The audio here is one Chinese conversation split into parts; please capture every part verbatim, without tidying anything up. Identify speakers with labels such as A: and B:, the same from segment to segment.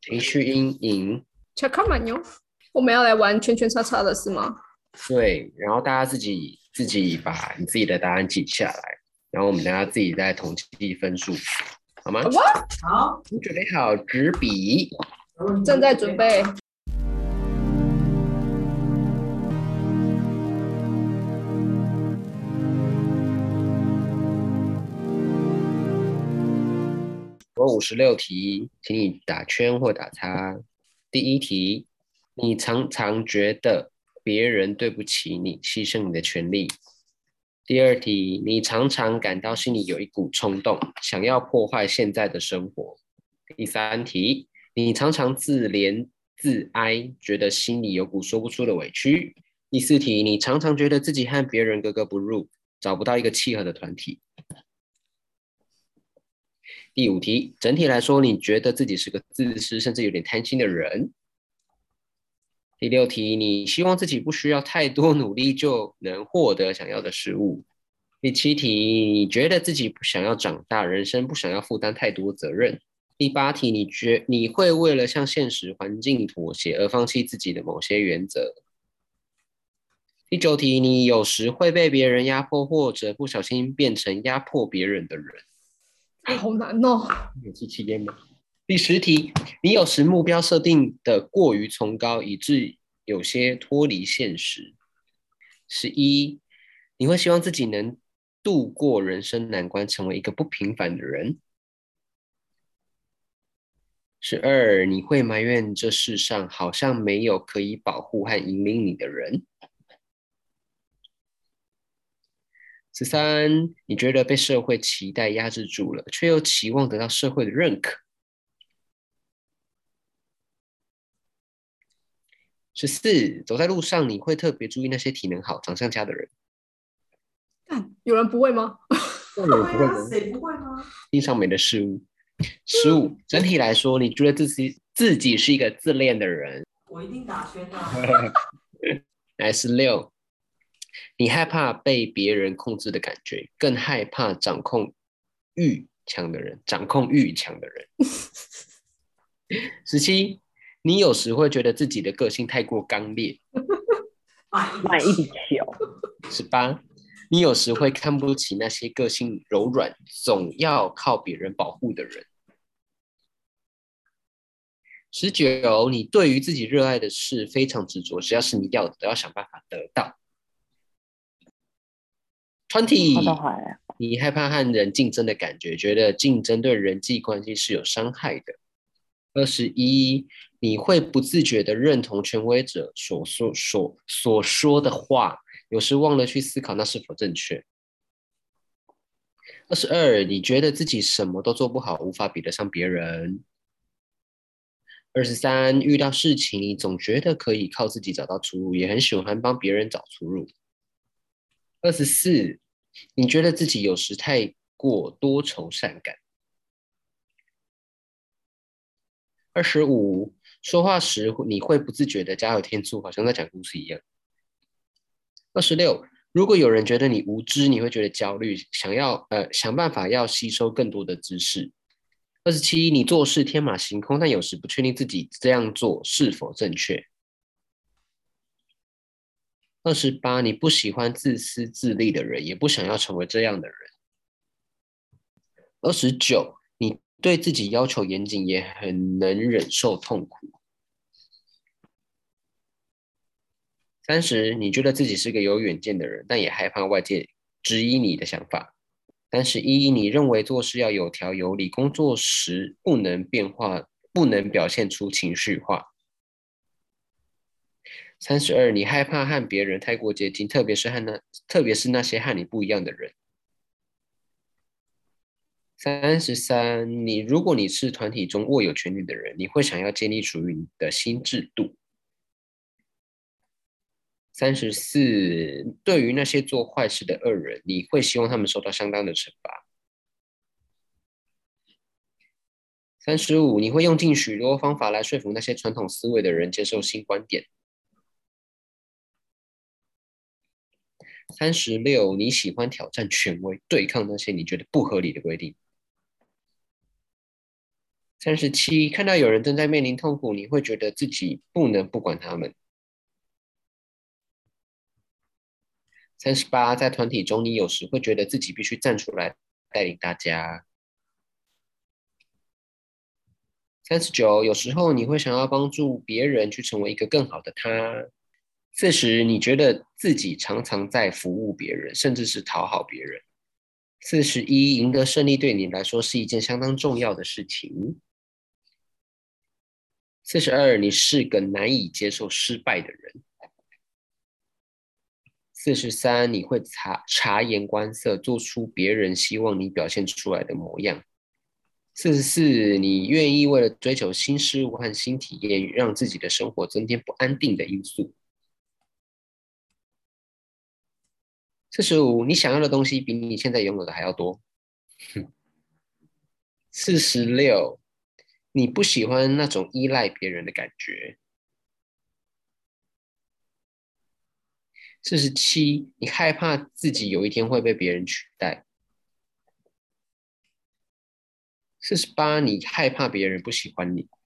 A: 情绪阴影。
B: 查卡曼哟，我们要来玩圈圈叉叉的是吗？
A: 对，然后大家自己自己把你自己的答案记下来，然后我们等下自己再统计分数，好吗？
B: 好吧，
C: 好，
A: 你准备好纸笔？
B: 正在准备。
A: 我五十六题，请你打圈或打叉。第一题，你常常觉得别人对不起你，牺牲你的权利。第二题，你常常感到心里有一股冲动，想要破坏现在的生活。第三题，你常常自怜自哀，觉得心里有股说不出的委屈。第四题，你常常觉得自己和别人格格不入，找不到一个契合的团体。第五题，整体来说，你觉得自己是个自私甚至有点贪心的人。第六题，你希望自己不需要太多努力就能获得想要的事物。第七题，你觉得自己不想要长大，人生不想要负担太多责任。第八题，你觉你会为了向现实环境妥协而放弃自己的某些原则。第九题，你有时会被别人压迫，或者不小心变成压迫别人的人。
B: 好难哦。
A: 有记期间吗？第十题，你有时目标设定的过于崇高，以致有些脱离现实。十一，你会希望自己能度过人生难关，成为一个不平凡的人。十二，你会埋怨这世上好像没有可以保护和引领你的人。十三，你觉得被社会期待压制住了，却又期望得到社会的认可。十四，走在路上你会特别注意那些体能好、长相佳的人。
B: 有人不会吗？
A: 有人不会吗？
C: 谁不会吗？
A: 欣赏美的事物。十五，整体来说，你觉得自己自己是一个自恋的人。
C: 我一定打圈啊！
A: 来，十六，你害怕被别人控制的感觉，更害怕掌控欲强的人，掌控欲强的人。十七，你有时会觉得自己的个性太过刚烈。
C: 买一笔球。
A: 十八，你有时会看不起那些个性柔软、总要靠别人保护的人。十九，你对于自己热爱的事非常执着，只要是你要的，都要想办法得到。twenty，你害怕和人竞争的感觉，觉得竞争对人际关系是有伤害的。二十一，你会不自觉的认同权威者所说所所说的话，有时忘了去思考那是否正确。二十二，你觉得自己什么都做不好，无法比得上别人。二十三，遇到事情你总觉得可以靠自己找到出路，也很喜欢帮别人找出路。二十四，你觉得自己有时太过多愁善感。二十五，说话时你会不自觉的加油添醋，好像在讲故事一样。二十六，如果有人觉得你无知，你会觉得焦虑，想要呃想办法要吸收更多的知识。二十七，你做事天马行空，但有时不确定自己这样做是否正确。二十八，你不喜欢自私自利的人，也不想要成为这样的人。二十九，你对自己要求严谨，也很能忍受痛苦。三十，你觉得自己是个有远见的人，但也害怕外界质疑你的想法。三十一，你认为做事要有条有理，工作时不能变化，不能表现出情绪化。三十二，你害怕和别人太过接近，特别是和那，特别是那些和你不一样的人。三十三，你如果你是团体中握有权力的人，你会想要建立属于你的新制度。三十四，对于那些做坏事的恶人，你会希望他们受到相当的惩罚。三十五，你会用尽许多方法来说服那些传统思维的人接受新观点。三十六，你喜欢挑战权威，对抗那些你觉得不合理的规定。 三十七，看到有人正在面临痛苦，你会觉得自己不能不管他们。三十八，在团体中，你有时会觉得自己必须站出来带领大家。三十九，有时候你会想要帮助别人去成为一个更好的他。四十，你觉得自己常常在服务别人，甚至是讨好别人。四十一，赢得胜利对你来说是一件相当重要的事情。四十二，你是个难以接受失败的人。四十三，你会察察言观色，做出别人希望你表现出来的模样。四十四，你愿意为了追求新事物和新体验，让自己的生活增添不安定的因素。四十五，你想要的东西比你现在拥有的还要多。四十六，你不喜欢那种依赖别人的感觉。四十七，你害怕自己有一天会被别人取代。四十八，你害怕别人不喜欢你。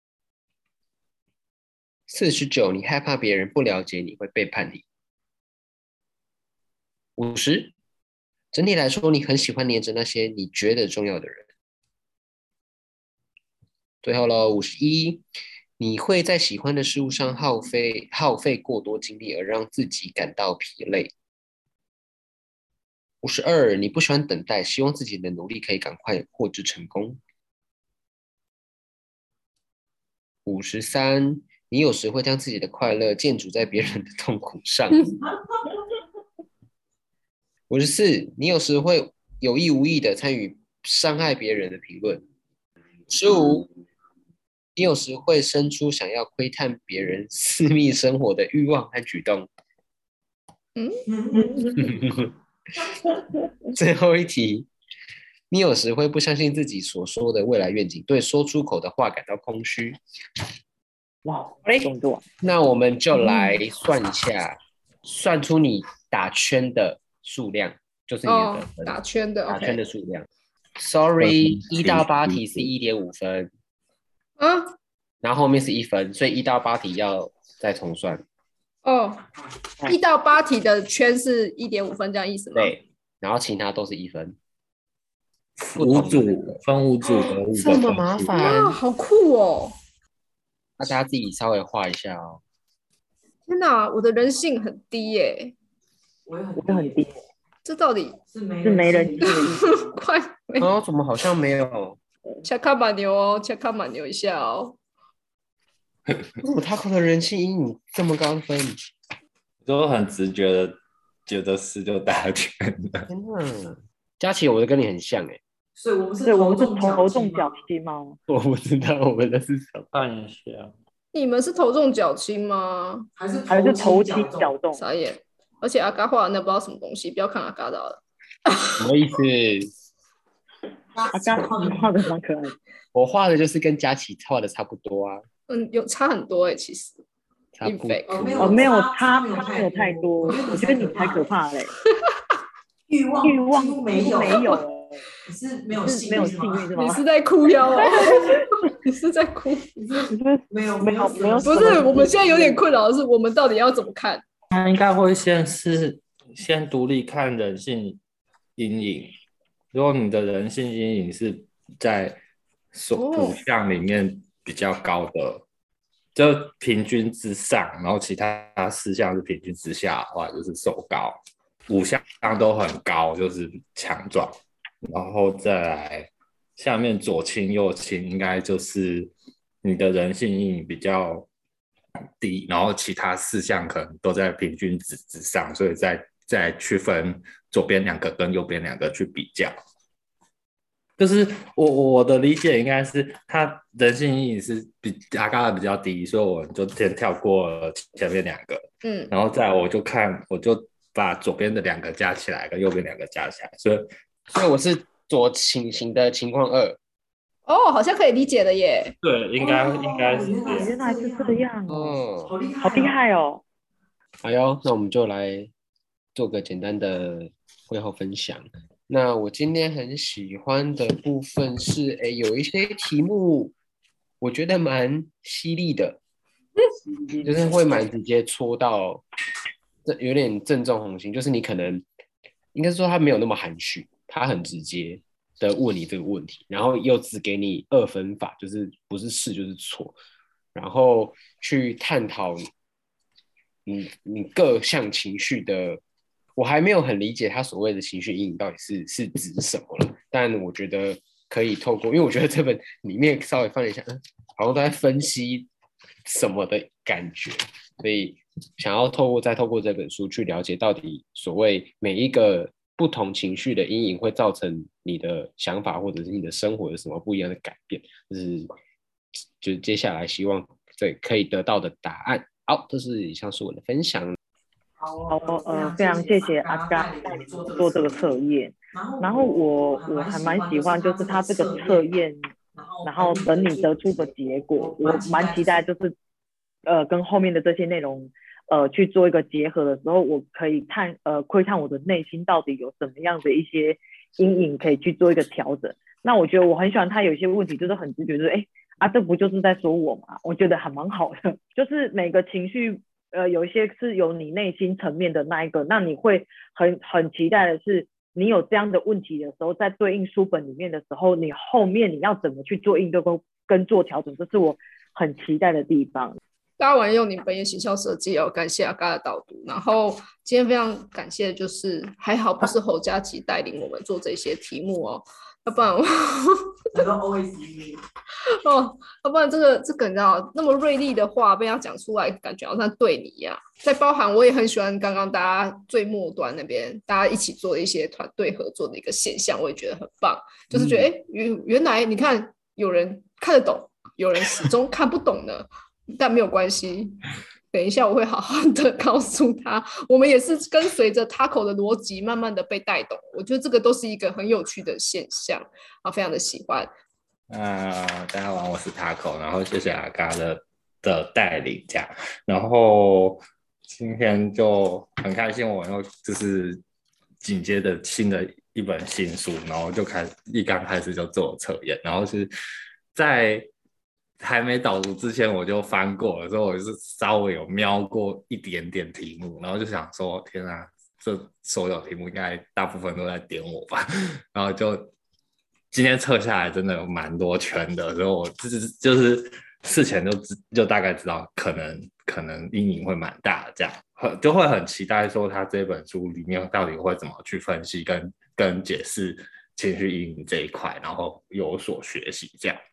A: 四十九，你害怕别人不了解你，会背叛你。五十，整体来说，你很喜欢黏着那些你觉得重要的人。最后咯，五十一，你会在喜欢的事物上耗费耗费过多精力，而让自己感到疲累。五十二，你不喜欢等待，希望自己的努力可以赶快获知成功。五十三，你有时会将自己的快乐建筑在别人的痛苦上。五十四，你有时会有意无意的参与伤害别人的评论。十五，你有时会生出想要窥探别人私密生活的欲望和举动。
B: 嗯，
A: 最后一题，你有时会不相信自己所说的未来愿景，对说出口的话感到空虚。
C: 哇，动作。
A: 那我们就来算一下，算出你打圈的数量，就是你的
B: 哦
A: 得分，
B: 打圈的
A: 打圈的
B: ，OK。
A: 数量。Sorry，一到八题是一点五分，
B: 啊，
A: 然后后面是一分，所以一到八题要再重算。
B: 哦，一到八题的圈是一点五分，这样意思吗？
A: 对，然后其他都是一分。
D: 五组分五组的五
A: 这么麻烦
B: 啊，好酷哦！
A: 那大家自己稍微画一下哦。
B: 天哪，我的人性很低耶，
C: 我也很
D: 我很低，
B: 这到底
C: 是没
D: 是没人性的意思。
B: 快没
A: 哦，怎么好像没有？
B: 切卡马牛哦，切卡马牛一下哦。
A: 为什么 Taco 的人气阴影这么高分？
D: 都很直觉的觉得是就打圈的。
A: 天哪！佳琪，我的跟你很像哎。
C: 所以我们是
D: 对，我们是
C: 头
D: 头中
C: 脚
D: 脚气吗？
A: 我不知道我们的是什么。
D: 看一下，
B: 你们是头重脚轻吗？
C: 还是
D: 还是头轻
C: 脚
D: 脚重？
B: 傻眼！而且阿嘎画的那不知道什么东西，不要看阿嘎的了。
A: 什么意思？
D: 阿刚你画的蛮可爱的。
A: 我画的就是跟佳琪画的差不多啊，
B: 嗯，有差很多哎，其实。
A: 差不多。
D: 哦，没有差，差没有太多。我觉得你才可怕嘞。
C: 欲望
D: 欲望
C: 几乎没有，
D: 没有。
C: 你是没有
D: 是没有幸运是吗？
B: 你是在哭腰哦？你是在哭？
C: 你是没有
D: 没有没有？
B: 不是，我们现在有点困扰的是，我们到底要怎么看？
D: 他应该会先是先独立看人性阴影。如果你的人性阴影是在所五项里面比较高的，就平均之上，然后其他四项是平均之下的话，就是瘦高。五项都很高，就是强壮。然后再来下面左轻右轻，应该就是你的人性阴影比较低，然后其他四项可能都在平均值之上，所以再再区分左边两个跟右边两个去比较。就是我我的理解应该是他人性阴影是比阿嘎的比较低，所以我就先跳过了前面两个，
B: 嗯，
D: 然后再来我就看我就把左边的两个加起来跟右边两个加起来，所以
A: 所以我是左倾型的情况二。
B: 哦，好像可以理解了耶。
D: 对，应该、哦、应该是
C: 这样。
D: 原来是这样
A: 哦，
C: 好厉害、
D: 好厉害哦！
A: 好哟，那我们就来做个简单的会后分享。 那我今天很喜欢的部分是，哎，有一些题目我觉得蛮犀利的，就是会蛮直接戳到，这有点正中红心，就是你可能应该说他没有那么含蓄，他很直接的问你这个问题，然后又只给你二分法，就是不是是就是错，然后去探讨你你各项情绪的。我还没有很理解他所谓的情绪阴影到底是是指什么了，但我觉得可以透过，因为我觉得这本里面稍微翻了一下，嗯，好像都在分析什么的感觉，所以想要透过再透过这本书去了解到底所谓每一个不同情绪的阴影会造成你的想法或者是你的生活有什么不一样的改变，就是就是接下来希望这可以得到的答案。好，这是以上是我的分享。
C: 好
E: 哦，呃，非常谢谢阿嘎带领我做这个测验，然后我我还蛮喜欢，就是他这个测验，然后等你得出的结果，我蛮期待，就是呃跟后面的这些内容，呃去做一个结合的时候，我可以探呃窥探我的内心到底有什么样的一些阴影，可以去做一个调整。那我觉得我很喜欢他有一些问题，就是很直觉，就是哎啊，这不就是在说我吗？我觉得还蛮好的，就是每个情绪。呃，有一些是有你内心层面的那一个，那你会很很期待的是，你有这样的问题的时候，在对应书本里面的时候，你后面你要怎么去做应对跟跟做调整，这是我很期待的地方。
B: 大家晚用你本业形象设计哦，感谢阿嘎的导读。然后今天非常感谢，就是还好不是侯佳琪带领我们做这些题目哦，要不然我
C: 那个 O S
B: 哦，要不然这个这个你知道那么锐利的话被他讲出来，感觉好像对你一样。再包含我也很喜欢刚刚大家最末端那边大家一起做的一些团队合作的一个现象，我也觉得很棒。就是觉得哎、嗯，原原来你看有人看得懂，有人始终看不懂呢，但没有关系。等一下我会好好的告诉他，我们也是跟随着 Taco 的逻辑慢慢的被带动，我觉得这个都是一个很有趣的现象啊，非常的喜欢。
D: 呃，大家好，我是 Taco， 然后谢谢阿嘎的的带领，这样，然后今天就很开心，我又就是紧接着新的一本新书，然后就开始一刚开始就做测验，然后是在还没导读之前我就翻过了，所以我就是稍微有瞄过一点点题目，然后就想说，天啊，这所有题目应该大部分都在点我吧，然后就今天测下来真的有蛮多圈的，所以我就是就是事前就就大概知道可能可能阴影会蛮大的，这样就会很期待说他这本书里面到底会怎么去分析跟跟解释情绪阴影这一块，然后有所学习这样。